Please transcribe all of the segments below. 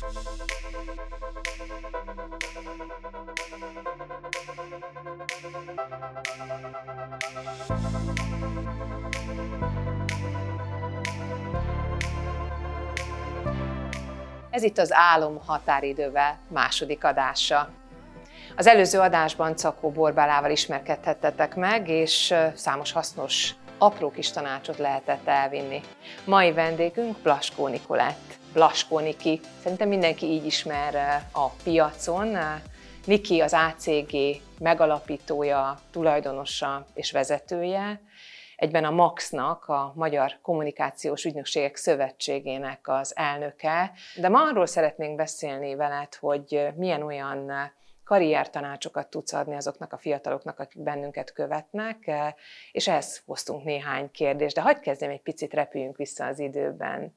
Ez itt az Álom határidővel második adása. Az előző adásban Czakó Borbálával ismerkedhettetek meg, és számos hasznos, apró kis tanácsot lehetett elvinni. Mai vendégünk Blaskó Nikolett. Blaskó Niki. Szerintem mindenki így ismer a piacon. Niki az ACG megalapítója, tulajdonosa és vezetője. Egyben a MAX-nak, a Magyar Kommunikációs Ügynökségek Szövetségének az elnöke. De ma arról szeretnénk beszélni veled, hogy milyen olyan karriertanácsokat tudsz adni azoknak a fiataloknak, akik bennünket követnek, és ehhez hoztunk néhány kérdést. De hadd kezdjem egy picit, repüljünk vissza az időben.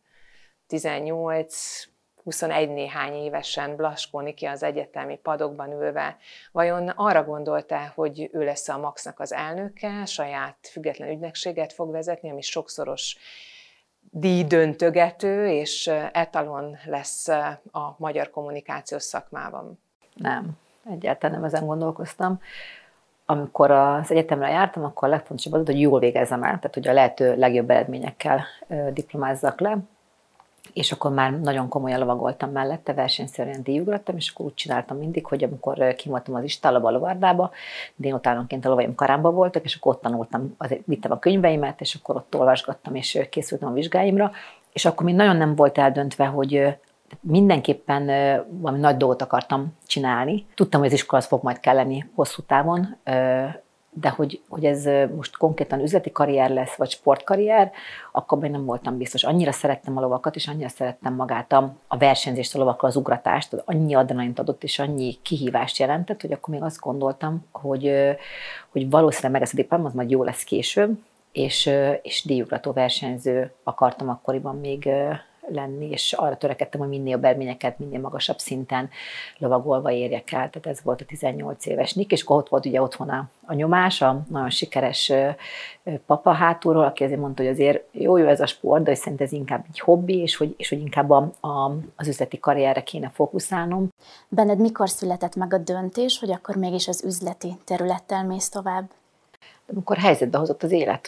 18-21 néhány évesen Blaskó Niki az egyetemi padokban ülve, vajon arra gondoltál, hogy ő lesz a MAX-nak az elnöke, saját független ügynökséget fog vezetni, ami sokszoros díjdöntögető, és etalon lesz a magyar kommunikációs szakmában? Nem, egyáltalán nem ezen gondolkoztam. Amikor az egyetemre jártam, akkor a legfontosabb az, hogy jól végezzem el, tehát hogy a lehető legjobb eredményekkel diplomázzak le, és akkor már nagyon komolyan lovagoltam mellette, versenyszerűen díjugrattam, és akkor úgy csináltam mindig, hogy amikor kimoltam az istállóba, a lovardába, délutánonként a lovaim karámba voltak, és akkor ott tanultam, vittem a könyveimet, és akkor ott olvasgattam, és készültem a vizsgáimra, és akkor még nagyon nem volt eldöntve, hogy mindenképpen valami nagy dolgot akartam csinálni. Tudtam, hogy az iskola fog majd kelleni hosszú távon, de hogy ez most konkrétan üzleti karrier lesz, vagy sportkarrier, akkor még nem voltam biztos. Annyira szerettem a lovakat, és annyira szerettem magát a versenyzést, a lovakkal, az ugratást, annyi adrenalint adott, és annyi kihívást jelentett, hogy akkor még azt gondoltam, hogy valószínűleg meg ez a diplom, az majd jó lesz később, és díjugrató versenyző akartam akkoriban még lenni, és arra törekedtem, hogy minél jobb eredményeket, minél magasabb szinten lovagolva érjek el. Tehát ez volt a 18 éves Nik, és akkor ott volt ugye otthon a nyomás, a nagyon sikeres papa hátulról, aki azért mondta, hogy azért jó ez a sport, de hogy szerint ez inkább egy hobbi, és hogy inkább az üzleti karrierre kéne fókuszálnom. Benned mikor született meg a döntés, hogy akkor mégis az üzleti területtel mész tovább? De amikor helyzetbe hozott az élet.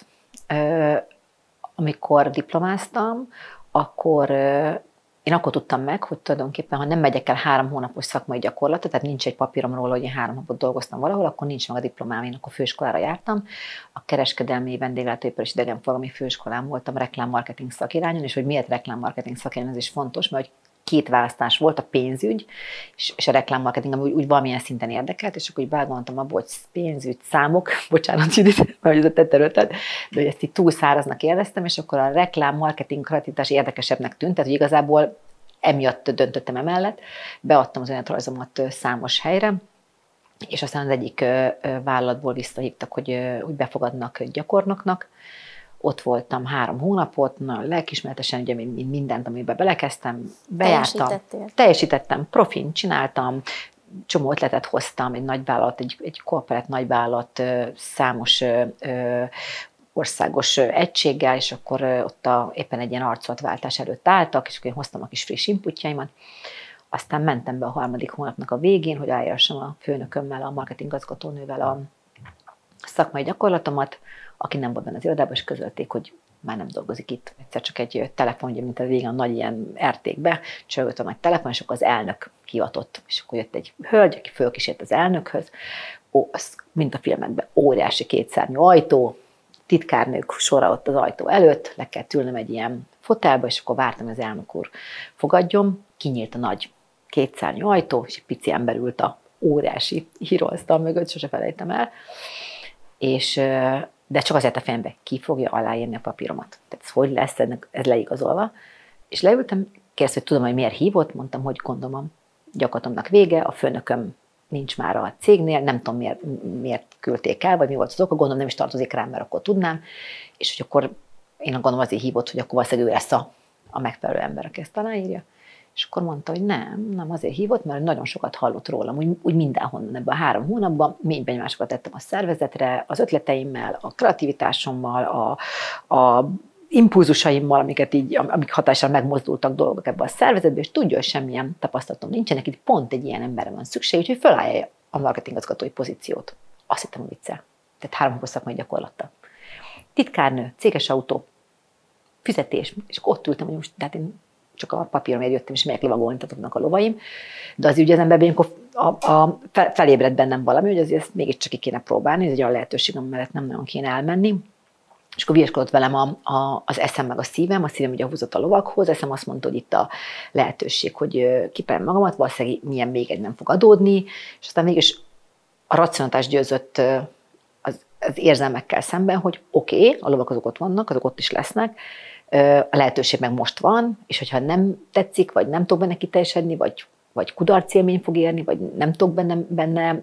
Amikor diplomáztam, akkor én akkor tudtam meg, hogy tulajdonképpen, ha nem megyek el 3 hónapos szakmai gyakorlatra, tehát nincs egy papírom róla, hogy én 3 hónapot dolgoztam valahol, akkor nincs meg a diplomám, én akkor főiskolára jártam. A kereskedelmi vendéglátóipar és idegenforgalmi főiskolán voltam reklámmarketing szakirányon, és hogy miért reklámmarketing szakirányon, ez is fontos, mert 2 választás volt, a pénzügy és a reklámmarketing, ami úgy valamilyen szinten érdekelt, és akkor úgy belegondoltam abba, hogy pénzügy, számok, bocsánat, Judit, mert ez a te területed, de hogy ezt így túl száraznak éreztem, és akkor a reklámmarketing kreativitás érdekesebbnek tűnt, tehát hogy igazából emiatt döntöttem emellett, beadtam az önéletrajzomat számos helyre, és aztán az egyik vállalatból visszahívtak, hogy befogadnak gyakornoknak. Ott voltam 3 hónapot, nagyon lelkismeretesen, ugye mindent, amiben belekezdtem, bejártam. Teljesítettem, profin csináltam, csomó ötletet hoztam, egy nagyvállalat, egy korporát nagyvállalat számos országos egységgel, és akkor ott éppen egy ilyen arculatváltás előtt álltak, és akkor én hoztam a kis friss inputjaimat. Aztán mentem be a 3. hónapnak a végén, hogy eljárassam a főnökömmel, a marketingigazgatónővel a szakmai gyakorlatomat, aki nem volt benne az irodában, és közölték, hogy már nem dolgozik itt. Egyszer csak egy telefon, ugye, mint a régen a nagy ilyen RT-kbe, csörgött a nagy telefon, és akkor az elnök hivatott. És akkor jött egy hölgy, aki fölkísért az elnökhöz, mint a filmekben, óriási 2 szárnyú ajtó, titkárnők sora ott az ajtó előtt, le kellett ülnöm egy ilyen fotelbe, és akkor vártam, hogy az elnök úr fogadjon. Kinyílt a nagy 2 szárnyú ajtó, és egy pici ember ült a óriási íróasztal mögött, sose felejtem el. De csak azért a fejembe, ki fogja aláírni a papíromat. Tehát ez hogy lesz, ez leigazolva. És leültem, kérdezte, hogy tudom, hogy miért hívott, mondtam, hogy gondolom, gyakorlatomnak vége, a főnököm nincs már a cégnél, nem tudom miért küldték el, vagy mi volt az oka, gondolom nem is tartozik rám, mert akkor tudnám. És hogy akkor én gondolom azért hívott, hogy akkor valószínűleg ő lesz a megfelelő ember, aki ezt aláírja. És akkor mondta, hogy nem azért hívott, mert nagyon sokat hallott rólam, úgy mindenhonnan ebben a 3 hónapban, mély benyomásokat tettem a szervezetre, az ötleteimmel, a kreativitásommal, a impulzusaimmal, amik hatással megmozdultak dolgok ebbe a szervezetbe, és tudja, hogy semmilyen tapasztalatom nincsen, neki pont egy ilyen emberre van szükség, úgyhogy felállja a marketingigazgatói pozíciót. Azt hittem, hogy viccel. Tehát 3 hónapos szakmai gyakorlattal. Titkárnő, céges autó, fizetés, és ott ültem, hogy most, tehát én csak a papíromért jöttem, és melyek lovagolni tudnak a lovaim, de az ugye az emberben ilyenkor felébred bennem valami, hogy azért ezt mégiscsak ki kéne próbálni, ez egy olyan lehetőség, amellett nem nagyon kéne elmenni. És akkor viaskodott velem az eszem meg a szívem ugye húzott a lovakhoz, eszem azt mondta, hogy itt a lehetőség, hogy kiperem magamat, valószínűleg milyen még egy nem fog adódni, és aztán mégis a racionalitás győzött az érzelmekkel szemben, hogy oké, a lovak azok ott vannak, azok ott is lesznek, a lehetőség meg most van, és hogyha nem tetszik, vagy nem tudok benne kiteljesedni, vagy kudarc élmény fog érni, vagy nem tudok benne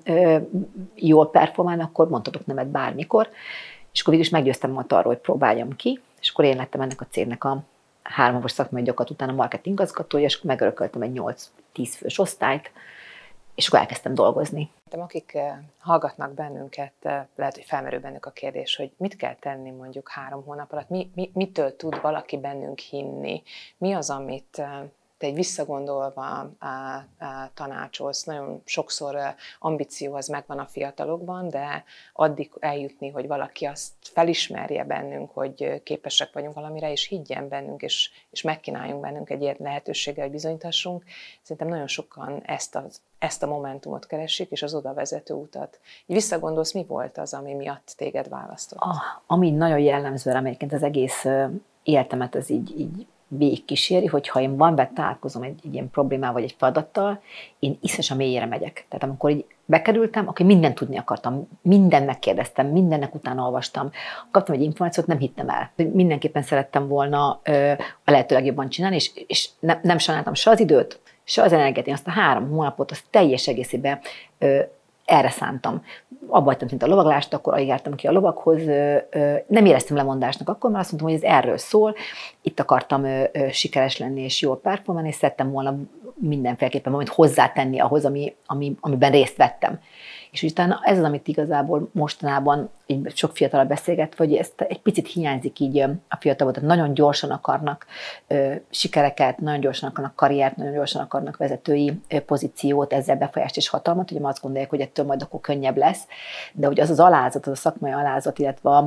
jól performálni, akkor mondhatok nemet bármikor. És akkor végül is meggyőztem magam arról, hogy próbáljam ki, és akkor én lettem ennek a cégnek a 3 hónapos szakmai gyakorlat után a marketing igazgatója, és megörököltem egy 8-10 fős osztályt, és akkor elkezdtem dolgozni. Akik hallgatnak bennünket, lehet, hogy felmerül bennük a kérdés, hogy mit kell tenni mondjuk 3 hónap alatt, mitől tud valaki bennünk hinni, mi az, amit te egy visszagondolva tanácsolsz. Nagyon sokszor ambíció az megvan a fiatalokban, de addig eljutni, hogy valaki azt felismerje bennünk, hogy képesek vagyunk valamire, és higgyen bennünk, és megkínáljunk bennünk egy ilyen lehetőséggel, hogy bizonyítassunk. Szerintem nagyon sokan ezt a momentumot keresik, és az oda vezető utat. Így visszagondolsz, mi volt az, ami miatt téged választott? Ami nagyon jellemző rám egyébként az egész életemet, az így végigkíséri, hogyha én van találkozom egy ilyen problémával vagy egy feladattal, én iszonyatosan mélyére megyek. Tehát amikor így bekerültem, akkor mindent tudni akartam, mindent megkérdeztem, mindennek utána olvastam, kaptam egy információt, nem hittem el. Mindenképpen szerettem volna a lehető legjobban csinálni, és nem sajnáltam se az időt, se az energiát. Én azt a 3 hónapot, azt teljes egészében erre szántam. Abba hagytam szinte a lovaglást, akkor alig jártam ki a lovakhoz, nem éreztem lemondásnak akkor, mert azt mondtam, hogy ez erről szól, itt akartam sikeres lenni és jól performálni, és szerettem volna mindenféleképpen valamit hozzátenni ahhoz, amiben részt vettem. És utána ez az, amit igazából mostanában így sok fiatalra beszélgetve, hogy ezt egy picit hiányzik így a fiatalok, tehát nagyon gyorsan akarnak sikereket, nagyon gyorsan akarnak karriert, nagyon gyorsan akarnak vezetői pozíciót, ezzel befolyást és hatalmat, ugye azt gondolják, hogy ettől majd akkor könnyebb lesz, de hogy az az alázat, az a szakmai alázat, illetve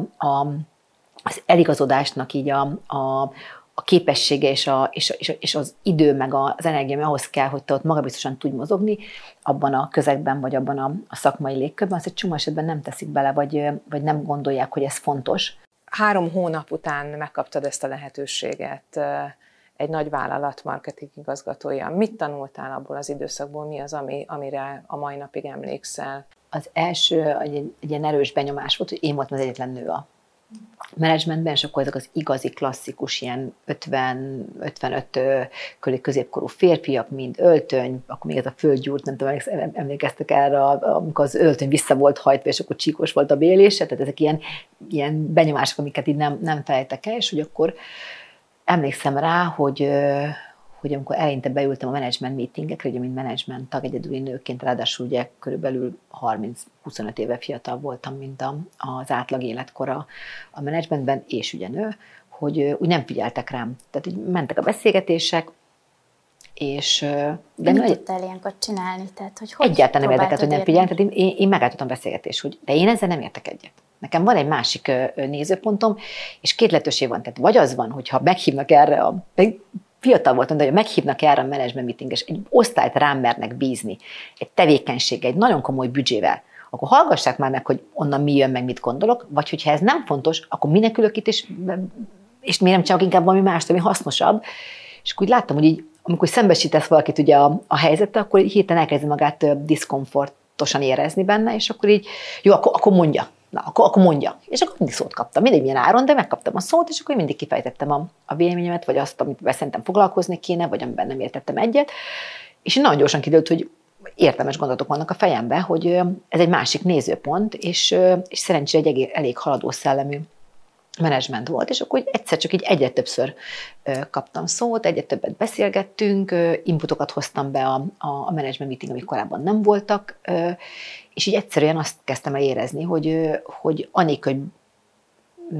az eligazodásnak így a képessége és az idő, meg az energia, ami ahhoz kell, hogy te ott magabiztosan tudj mozogni, abban a közegben, vagy abban a szakmai légkörben, azt egy csomó esetben nem teszik bele, vagy nem gondolják, hogy ez fontos. 3 hónap után megkaptad ezt a lehetőséget, egy nagy vállalat marketing igazgatója. Mit tanultál abból az időszakból, mi az, amire a mai napig emlékszel? Az első egy ilyen erős benyomás volt, hogy én voltam az egyetlen nő a menedzsmentben, és akkor ezek az igazi klasszikus, ilyen 50-55 középkorú férfiak, mind öltöny, akkor még ez a földgyúrt, nem tudom, emlékeztek erre, amikor az öltöny vissza volt hajtva, és akkor csíkos volt a bélése, tehát ezek ilyen benyomások, amiket így nem felejtek el, és hogy akkor emlékszem rá, hogy amikor eleinte beültem a management meetingekre, ugye mint management tag egyedüli nőként, ráadásul ugye körülbelül 30-25 éve fiatal voltam, mint az átlag életkora a managementben, és ugye nő, hogy úgy nem figyeltek rám. Tehát így mentek a beszélgetések, és... De mit tudtál ilyenkor csinálni? Tehát, hogy egyáltalán nem érdekelt, hogy nem figyelni, tehát én megálltottam beszélgetést, de én ezzel nem értek egyet. Nekem van egy másik nézőpontom, és 2 lehetőség van. Tehát vagy az van, hogyha meghívnak erre fiatal voltam, de hogy meghívnak erre a management meeting, és egy osztályt rám mernek bízni, egy tevékenységgel, egy nagyon komoly büdzsével, akkor hallgassák már meg, hogy onnan mi jön, meg mit gondolok, vagy hogyha ez nem fontos, akkor minek ülök itt, és miért nem csinálok inkább valami mást, ami hasznosabb. És akkor úgy láttam, hogy így, amikor szembesítesz valakit ugye a helyzettel, akkor hirtelen elkezdi magát diszkomfortosan érezni benne, és akkor így, jó, akkor mondja. Na, akkor mondja. És akkor mindig szót kaptam. Mindig milyen áron, de megkaptam a szót, és akkor mindig kifejtettem a véleményemet, vagy azt, amit szerintem foglalkozni kéne, vagy amiben nem értettem egyet. És nagyon gyorsan kiderült, hogy értelmes gondolatok vannak a fejemben, hogy ez egy másik nézőpont, és szerencsére egy elég haladó szellemű menedzsment volt, és akkor egyszer csak így egyre többször kaptam szót, egyre többet beszélgettünk, inputokat hoztam be a management meeting, amik korábban nem voltak, és így egyszerűen azt kezdtem el érezni, hogy anélkül, hogy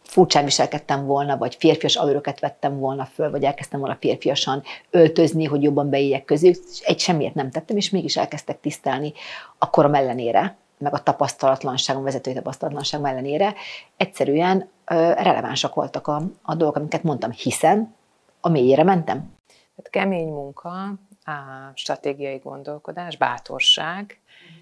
furcsán viselkedtem volna, vagy férfias alőröket vettem volna föl, vagy elkezdtem volna férfiasan öltözni, hogy jobban beéljek közé. Egy semmiért nem tettem, és mégis elkezdtek tisztelni a korom ellenére, meg a tapasztalatlanságom, vezetői tapasztalatlanságom ellenére. Egyszerűen relevánsak voltak a dolgok, amiket mondtam, hiszen a mélyére mentem. Tehát kemény munka, stratégiai gondolkodás, bátorság.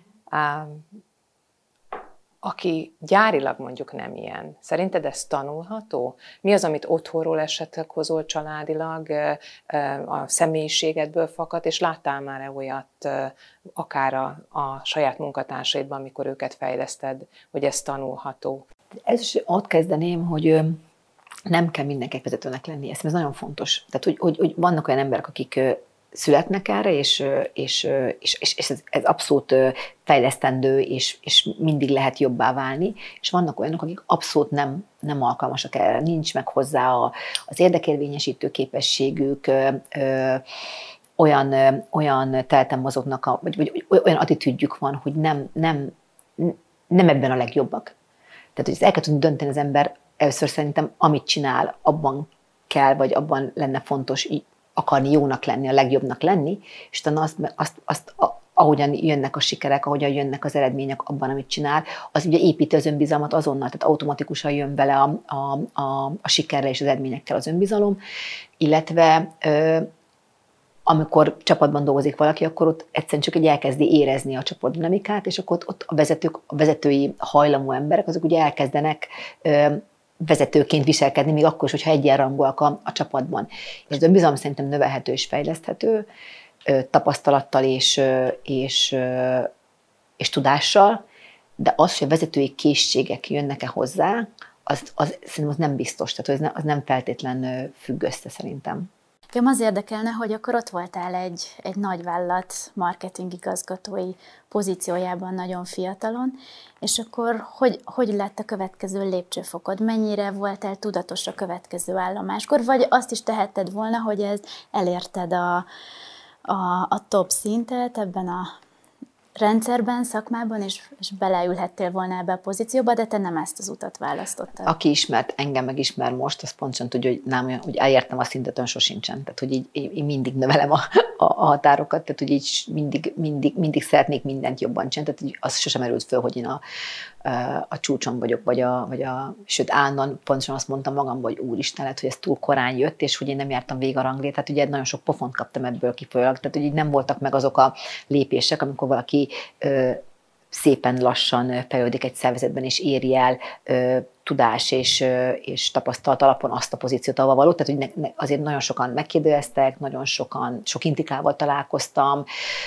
Aki gyárilag mondjuk nem ilyen, szerinted ez tanulható? Mi az, amit otthonról esetleg hozol családilag, a személyiségedből fakad, és láttál már olyat akár a saját munkatársaidban, amikor őket fejleszted, hogy ez tanulható? Ez is ott kezdeném, hogy nem kell mindenkinek vezetőnek lenni, ez nagyon fontos. Tehát, hogy vannak olyan emberek, akik születnek erre, és ez abszolút fejlesztendő, és mindig lehet jobbá válni, és vannak olyanok, akik abszolút nem alkalmasak erre, nincs meg hozzá az érdekérvényesítő képességük, olyan telten mozognak, vagy olyan attitűdjük van, hogy nem ebben a legjobbak. Tehát, hogy ezt el kell tudni dönteni az ember, először szerintem, amit csinál, abban kell, vagy abban lenne fontos akarni jónak lenni, a legjobbnak lenni, és utána ahogyan jönnek a sikerek, ahogyan jönnek az eredmények abban, amit csinál, az ugye építi az önbizalmat azonnal, tehát automatikusan jön vele a sikerrel és az eredményekkel az önbizalom, illetve amikor csapatban dolgozik valaki, akkor ott egyszerűen csak elkezdi érezni a csapatdinamikát, és akkor ott a vezetői hajlamú emberek, azok ugye elkezdenek vezetőként viselkedni, még akkor is, hogyha egyenrangúak a csapatban. És az önbizalom szerintem növelhető és fejleszthető, tapasztalattal és tudással, de az, hogy a vezetői készségek jönnek-e hozzá, az szerintem az nem biztos, tehát az nem feltétlen függ össze szerintem. Engem az érdekelne, hogy akkor ott voltál egy nagyvállalat marketing igazgatói pozíciójában nagyon fiatalon, és akkor hogy lett a következő lépcsőfokod? Mennyire voltál tudatos a következő állomáskor? Vagy azt is tehetted volna, hogy elérted a top szintet ebben a rendszerben, szakmában, és beleülhettél volna ebbe a pozícióba, de te nem ezt az utat választottad. Aki ismert, engem megismer most, az pontosan tudja, hogy nálam, hogy elértem a szintet, olyan sosincsen. Tehát, hogy így én mindig növelem a határokat, tehát, hogy így mindig szeretnék mindent jobban csinálni, tehát az sosem erült föl, hogy én a csúcson vagyok, sőt, állandóan pontosan azt mondtam magamban, hogy úristen, lehet, hogy ez túl korán jött, és hogy én nem jártam végig a ranglét, tehát ugye nagyon sok pofont kaptam ebből kifolyólag, tehát hogy így nem voltak meg azok a lépések, amikor valaki szépen lassan fejlődik egy szervezetben, és éri el tudás és tapasztalat alapon azt a pozíciót, ahova való. Tehát hogy azért nagyon sokan megkérdeztek, sok indikával találkoztam.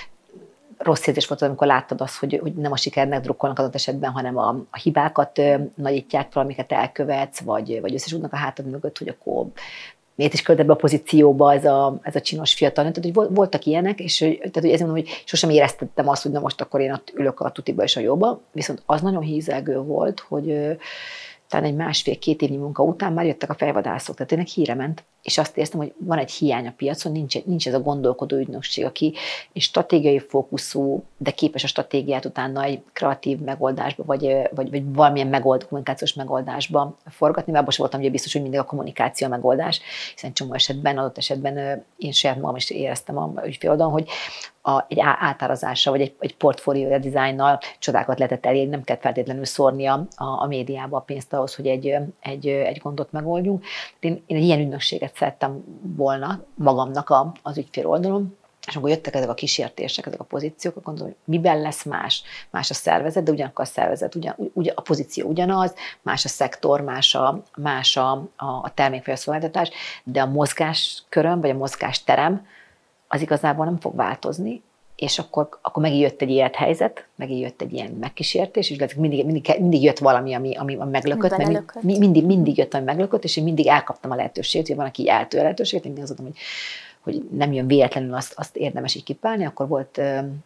Rossz érzés volt, amikor láttad azt, hogy nem a sikernek drukkolnak adott esetben, hanem a hibákat nagyítják fel, amiket elkövetsz, vagy összesúgnak a hátad mögött, hogy akkor miért is költ ebbe a pozícióba ez a csinos fiatal. Tehát, hogy voltak ilyenek, és tehát, hogy ezért mondom, hogy sosem éreztettem azt, hogy na most akkor én ott ülök a tutiba és a jóba, viszont az nagyon hízelgő volt, hogy talán egy 1,5-2 évnyi munka után már jöttek a fejvadászok, tehát ennek híre ment, és azt éreztem, hogy van egy hiány a piacon, nincs ez a gondolkodó ügynökség, aki és stratégiai fókuszú, de képes a stratégiát utána egy kreatív megoldásba, vagy valamilyen kommunikációs megoldásba forgatni, mert abban sem voltam ugye biztos, hogy mindig a kommunikáció a megoldás, hiszen csomó adott esetben én saját magam is éreztem a ügyféloldalon, hogy egy átárazással, vagy egy portfólió dizájnnal csodákat lehetett elérni, nem kell feltétlenül szórni a médiába a pénzt ahhoz, hogy egy gondot megoldjunk. Én egy ilyen ügynökséget szerettem volna magamnak az ügyfél oldalon, és amikor jöttek ezek a kísértések, ezek a pozíciók, akkor gondolom, hogy miben lesz más a szervezet, de ugyanakkor a szervezet, a pozíció ugyanaz, más a szektor, más a termék vagy a szolgáltatás, de a mozgásköröm, vagy a mozgásterem, az igazából nem fog változni, és akkor megint jött egy élethelyzet, megint jött egy ilyen megkísértés, és mindig jött valami, ami meglökött, mert mindig jött, ami meglökött, és én mindig elkaptam a lehetőséget, hogy van, aki eltől a lehetőséget, én azt mondom, hogy nem jön véletlenül, azt érdemes így kipálni. Akkor volt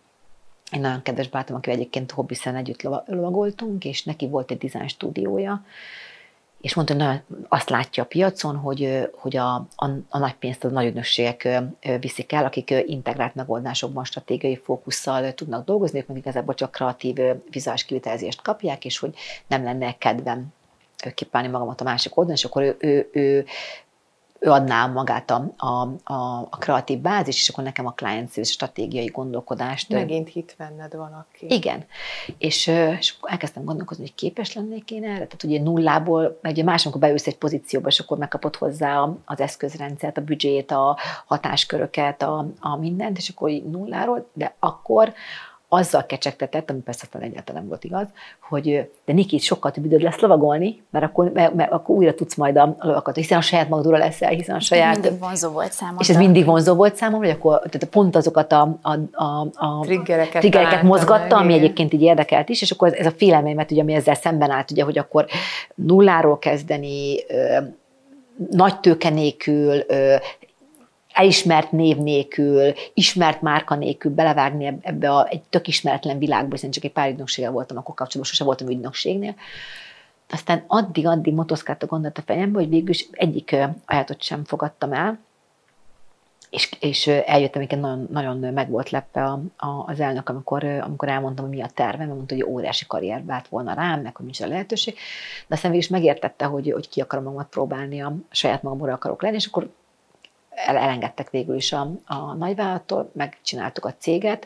egy nagyon kedves barátom, akivel egyébként hobbiszen együtt lovagoltunk, és neki volt egy design stúdiója, és mondta, hogy azt látja a piacon, hogy a nagy pénzt a nagy ügynökségek viszik el, akik integrált megoldásokban stratégiai fókusszal tudnak dolgozni, ők meg igazából csak kreatív vizuális kivitelezést kapják, és hogy nem lenne kedvem kipálni magamat a másik oldalon, és akkor ő adná magát a kreatív bázis, és akkor nekem a client service stratégiai gondolkodást. Megint hitt benned valaki. Igen. És akkor elkezdtem gondolkozni, hogy képes lennék én erre. Tehát ugye nullából, mert ugye amikor beülsz egy pozícióba, és akkor megkapod hozzá az eszközrendszert, a büdzsét, a hatásköröket, a mindent, és akkor nulláról, de akkor azzal kecsegtetett, ami persze aztán egyáltalán nem volt igaz, hogy de Niki, sokkal több időd lesz lovagolni, mert akkor újra tudsz majd a lovakat, hiszen a saját magadra leszel, hiszen a saját... Mindig vonzó volt számomra. És ez mindig vonzó volt számomra, hogy akkor tehát pont azokat a triggereket mozgatta, ami egyébként így érdekelt is, és akkor ez a félelmeimet, ugye, ami ezzel szemben állt, ugye, hogy akkor nulláról kezdeni, nagy tőke nélkül, elismert név nélkül, ismert márka nélkül belevágni ebbe egy tök ismeretlen világba, hiszen csak egy pár ügynökséggel voltam, akkor kapcsolatban sose voltam ügynökségnél. Aztán addig motoszkált a gondolat a fejembe, hogy végül is egyik ajánlatot sem fogadtam el, és eljöttem, hogy nagyon, nagyon meg volt lepve az elnök, amikor elmondtam, hogy mi a tervem, mondta, hogy óriási karrier vált volna rám, meg hogy nincs a lehetőség, de aztán végül is megértette, hogy ki akarom magamat próbálni, a saját magamra akarok lenni, és akkor elengedtek végül is a nagyvállalattól, megcsináltuk a céget,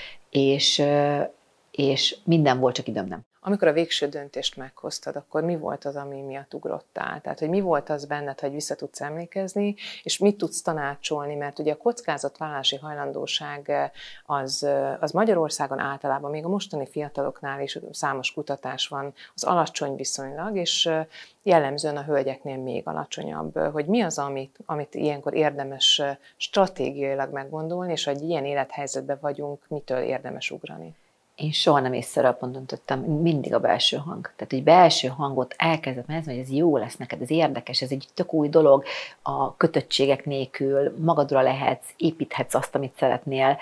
és minden volt, csak időm nem. Amikor a végső döntést meghoztad, akkor mi volt az, ami miatt ugrottál? Tehát, hogy mi volt az benned, hogy vissza tudsz emlékezni, és mit tudsz tanácsolni, mert ugye a kockázatvállalási hajlandóság az Magyarországon általában, még a mostani fiataloknál is számos kutatás van, az alacsony viszonylag, és jellemzően a hölgyeknél még alacsonyabb. Hogy mi az, amit ilyenkor érdemes stratégiailag meggondolni, és hogy ilyen élethelyzetben vagyunk, mitől érdemes ugrani? Én soha nem észre abban döntöttem, mindig a belső hang. Tehát, hogy belső hangot elkezdett mezni, hogy ez jó lesz neked, ez érdekes, ez egy tök új dolog, a kötöttségek nélkül magadra lehetsz, építhetsz azt, amit szeretnél,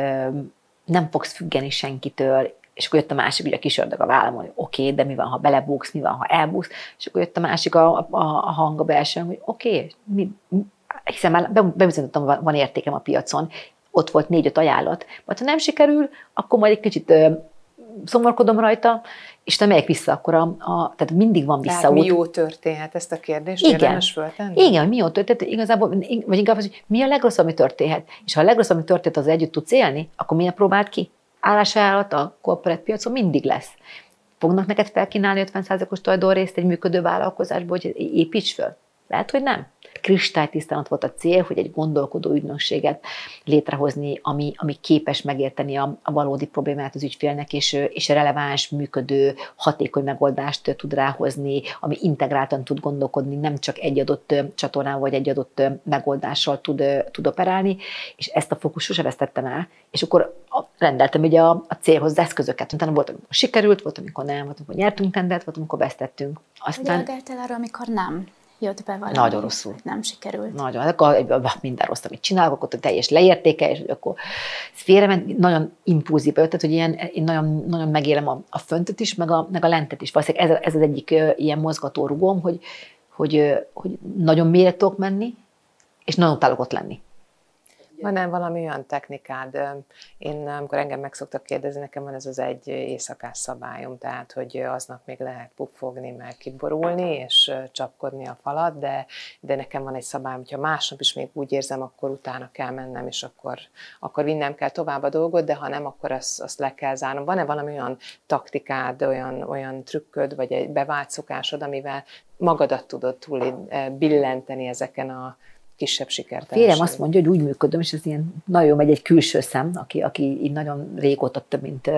nem fogsz függeni senkitől, és akkor jött a másik, ugye a kis ördög a vállam, hogy oké, de mi van, ha belebuksz, mi van, ha elbuksz, és akkor jött a másik a hang, a belső hang, hogy oké, hiszen már bebizonyítottam, van értékem a piacon, ott volt 4-5 ajánlat, majd ha nem sikerül, akkor majd egy kicsit szomorkodom rajta, és nem megyek vissza, akkor tehát mindig van visszaút. Tehát mi jó történhet, ezt a kérdést érdemes föltenni? Igen, hogy mi jó történhet, igazából, vagy inkább az, hogy mi a legrosszabb, ami történhet. És ha a legrosszabb, ami történt, az együtt tudsz élni, akkor miért próbáld ki? Állásajánlat a korporát piacon mindig lesz. Fognak neked felkínálni 50%-os tulajdonrészt egy működő vállalkozásból, hogy építs föl? Lehet, hogy nem. Kristálytisztán ott volt a cél, hogy egy gondolkodó ügynökséget létrehozni, ami képes megérteni a valódi problémát az ügyfélnek, és releváns, működő, hatékony megoldást tud ráhozni, ami integráltan tud gondolkodni, nem csak egy adott csatornán vagy egy adott megoldással tud operálni, és ezt a fókusz sose vesztettem el, és akkor rendeltem ugye a célhoz az eszközöket. Utána volt, amikor sikerült, volt, amikor nem, volt, amikor nyertünk tendert, volt, amikor vesztettünk. Aztán... Hogy reagáltál arra, amikor nem jött be valami? Nagyon rosszul. Nem sikerült. Nagyon. Akkor minden rossz, amit csinálok, akkor teljes leértéke, és akkor ez félrement, nagyon impulzív, tehát hogy én nagyon, nagyon megélem a föntöt is, meg a lentet is. Valószínűleg ez az egyik ilyen mozgató rugóm, hogy nagyon mélyre tudok menni, és nagyon utálok ott lenni. Van-e valami olyan technikád? Én, amikor engem meg szoktak kérdezni, nekem van ez az egy éjszakás szabályom, tehát, hogy aznap még lehet puffogni, meg kiborulni, és csapkodni a falat, de nekem van egy szabályom, hogyha másnap is még úgy érzem, akkor utána kell mennem, és akkor vinnem kell tovább a dolgot, de ha nem, akkor azt le kell zárnom. Van-e valami olyan taktikád, olyan trükköd, vagy egy bevált szokásod, amivel magadat tudod túl billenteni ezeken a kisebb sikertelenségek? Férjem azt mondja, hogy úgy működöm, és ez ilyen nagyon megy egy külső szem, aki így nagyon régóta, több mint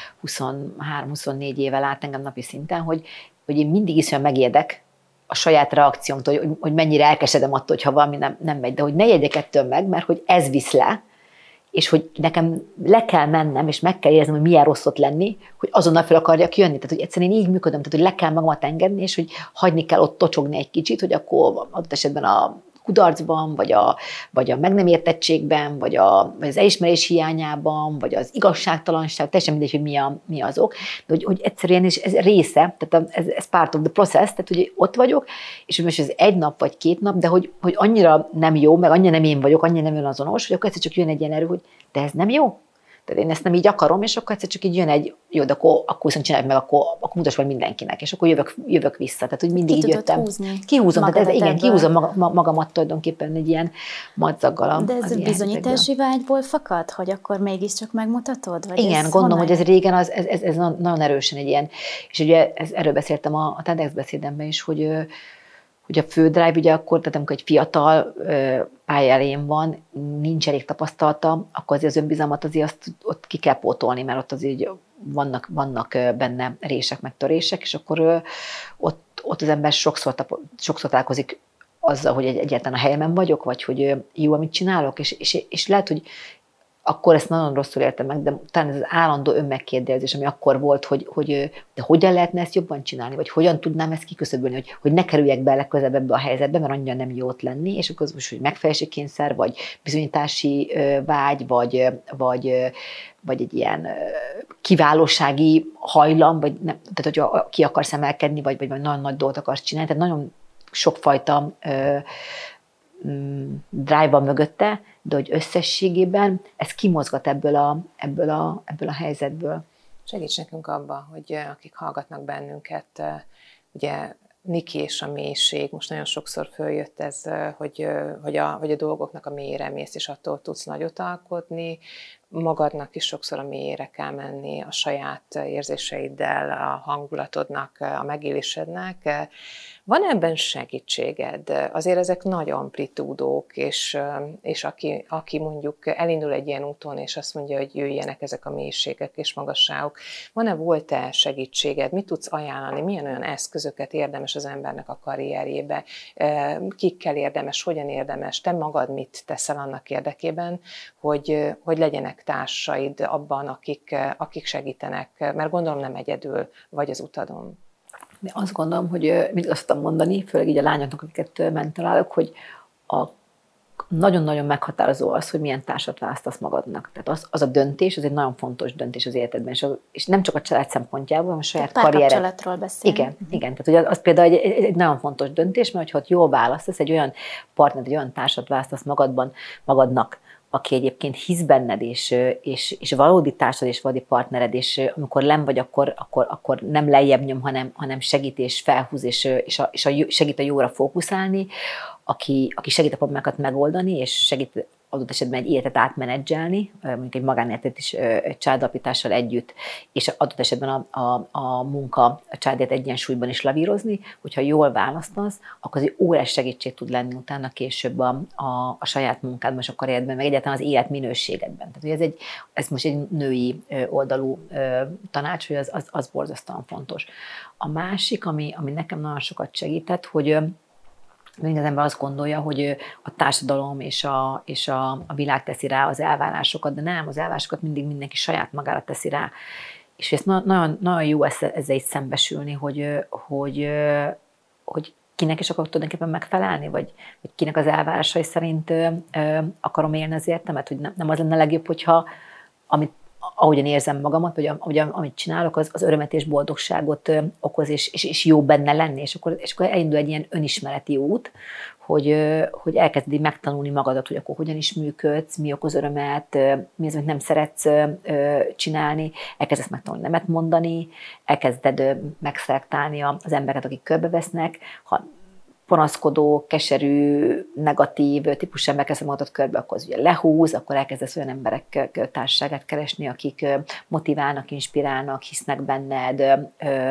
23-24 éve lát engem napi szinten, hogy én mindig is olyan megijedek a saját reakciómtól, hogy mennyire elkesedem attól, hogyha valami nem megy, de hogy ne jegyek ettől meg, mert hogy ez visz le, és hogy nekem le kell mennem, és meg kell érzem, hogy milyen rossz ott lenni, hogy azonnal fel akarjak jönni. Tehát, hogy egyszerűen így működöm, tehát, hogy le kell magamat engedni, és hogy hagyni kell ott tocsogni egy kicsit, hogy akkor adott esetben a kudarcban, vagy a meg nem értettségben, vagy az elismerés hiányában, vagy az igazságtalanság, teljesen mindegy, hogy mi az ok, de hogy egyszerűen is ez része, tehát ez part of the process, tehát hogy ott vagyok, és hogy most ez 1 nap vagy 2 nap, de hogy annyira nem jó, meg annyira nem én vagyok, annyira nem önazonos, hogy akkor egyszer csak jön egy ilyen erő, hogy de ez nem jó. Tehát én ezt nem így akarom, és akkor egyszer csak így jön egy, jó, de akkor viszont csináljuk meg, akkor mutass meg mindenkinek, és akkor jövök vissza. Tehát, hogy mindig így jöttem. Kihúzom, tehát igen, kihúzom magamat tulajdonképpen egy ilyen madzaggal. De ez a bizonyítási vágyból fakad, hogy akkor mégiscsak megmutatod? Vagy igen, gondolom, hogy ez régen ez nagyon erősen egy ilyen, és ugye erről beszéltem a TEDx beszédemben is, hogy a fő drive, ugye akkor, tehát amikor egy fiatal pályelején van, nincs elég tapasztalata, akkor azért az önbizalmat azért azt ott ki kell pótolni, mert ott azért vannak benne rések, meg törések, és akkor ott az ember sokszor találkozik azzal, hogy egyáltalán a helyemen vagyok, vagy hogy jó, amit csinálok, és lehet, hogy akkor ezt nagyon rosszul értem meg, de talán ez az állandó önmegkérdezés, ami akkor volt, hogy de hogyan lehetne ezt jobban csinálni, vagy hogyan tudnám ezt kiküszöbölni, hogy ne kerüljek be legközelebb ebbe a helyzetbe, mert annyira nem jó ott lenni, és akkor az most, hogy megfelelési kényszer, vagy bizonyítási vágy, vagy egy ilyen kiválósági hajlam, vagy nem, tehát hogy ki akarsz emelkedni, vagy nagyon nagy dolgot akarsz csinálni, tehát nagyon sokfajta drive van mögötte, de hogy összességében ez kimozgat ebből a helyzetből. Segíts nekünk abban, hogy akik hallgatnak bennünket, ugye Niki és a mélység, most nagyon sokszor följött ez, hogy a dolgoknak a mélyére mész, és attól tudsz nagyot alkotni, magadnak is sokszor a mélyére kell menni, a saját érzéseiddel, a hangulatodnak, a megélésednek. Van ebben segítséged? Azért ezek nagy amplitúdók, és aki mondjuk elindul egy ilyen úton, és azt mondja, hogy jöjjenek ezek a mélységek és magasságok. Volt-e segítséged? Mit tudsz ajánlani? Milyen olyan eszközöket érdemes az embernek a karrierjébe? Kikkel érdemes? Hogyan érdemes? Te magad mit teszel annak érdekében, hogy legyenek társaid abban, akik segítenek? Mert gondolom nem egyedül vagy az utadon. De azt gondolom, hogy mindig azt tudom mondani, főleg így a lányoknak, akiket mentorálok, hogy nagyon-nagyon meghatározó az, hogy milyen társat választasz magadnak. Tehát az a döntés, az egy nagyon fontos döntés az életedben, és nem csak a család szempontjából, hanem a saját karriered. Párkapcsolatról beszélünk. Igen. Tehát az például egy nagyon fontos döntés, mert hogyha jól választasz, egy olyan partnert, egy olyan társat választasz magadnak, aki egyébként hisz benned, és valódi társad és valódi partnered, és amikor nem vagy, akkor nem lejjebb nyom, hanem segít és felhúz, és segít a jóra fókuszálni, aki segít a problémákat megoldani, és segít adott esetben egy életet átmenedzselni, mondjuk egy magánéletet is családalapítással együtt, és adott esetben a munka, a családét egyensúlyban is lavírozni, hogyha jól választasz, akkor az egy órás segítség tud lenni utána később a saját munkádban, és a karrieredben, meg egyáltalán az életminőségedben. Tehát hogy ez most egy női oldalú tanács, hogy az borzasztóan fontos. A másik, ami nekem nagyon sokat segített, hogy mindig az ember azt gondolja, hogy a társadalom és a világ teszi rá az elvárásokat, de nem, az elvárásokat mindig mindenki saját magára teszi rá. És ezt nagyon, nagyon jó ezzel így szembesülni, hogy kinek is akarok tulajdonképpen megfelelni, vagy kinek az elvárásai szerint akarom élni az életemet, hogy nem az lenne legjobb, hogyha ahogyan érzem magamat, vagy amit csinálok, az örömet és boldogságot okoz, és jó benne lenni, és akkor elindul egy ilyen önismereti út, hogy elkezded megtanulni magadat, hogy akkor hogyan is működsz, mi okoz örömet, mi az, amit nem szeretsz csinálni, elkezdesz megtanulni nemet mondani, elkezded megszelektálni az embereket, akik körbevesznek, ha panaszkodó, keserű, negatív típusú ember kezdve magadat körbe, akkor az ugye lehúz, akkor elkezdesz olyan emberek társaságát keresni, akik motiválnak, inspirálnak, hisznek benned,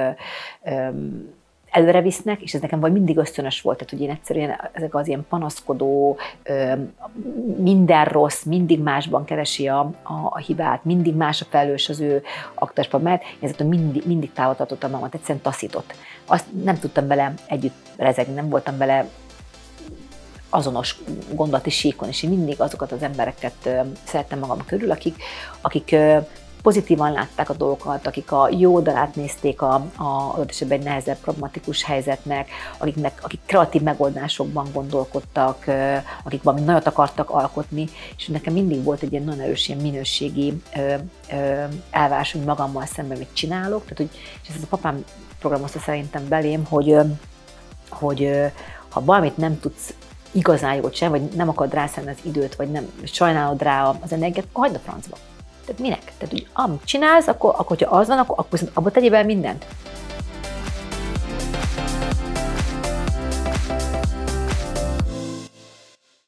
előre visznek, és ez nekem vagy mindig ösztönös volt, tehát hogy én egyszerűen ezek az ilyen panaszkodó, minden rossz, mindig másban keresi a hibát, mindig más a felelős az ő aktasban, mert én ezzel mindig távol tartottam magamat, egyszerűen taszított. Azt nem tudtam vele együtt rezegni, nem voltam vele azonos gondolati síkon, és én mindig azokat az embereket szerettem magam körül, akik pozitívan látták a dolgokat, akik a jó oldalát nézték adott esetben egy nehezebb, problematikus helyzetnek, akik kreatív megoldásokban gondolkodtak, akik valami nagyot akartak alkotni, és nekem mindig volt egy ilyen nagyon erős ilyen minőségi elvárás, hogy magammal szemben mit csinálok, tehát, és ezt a papám programozta szerintem belém, hogy ha valamit nem tudsz igazán jól csinálni, vagy nem akarod rászállni az időt, vagy nem sajnálod rá az energiát, hagyd a francba. Tehát minek? Tehát úgy, amit csinálsz, akkor hogyha az van, akkor viszont abba tegyél bele mindent.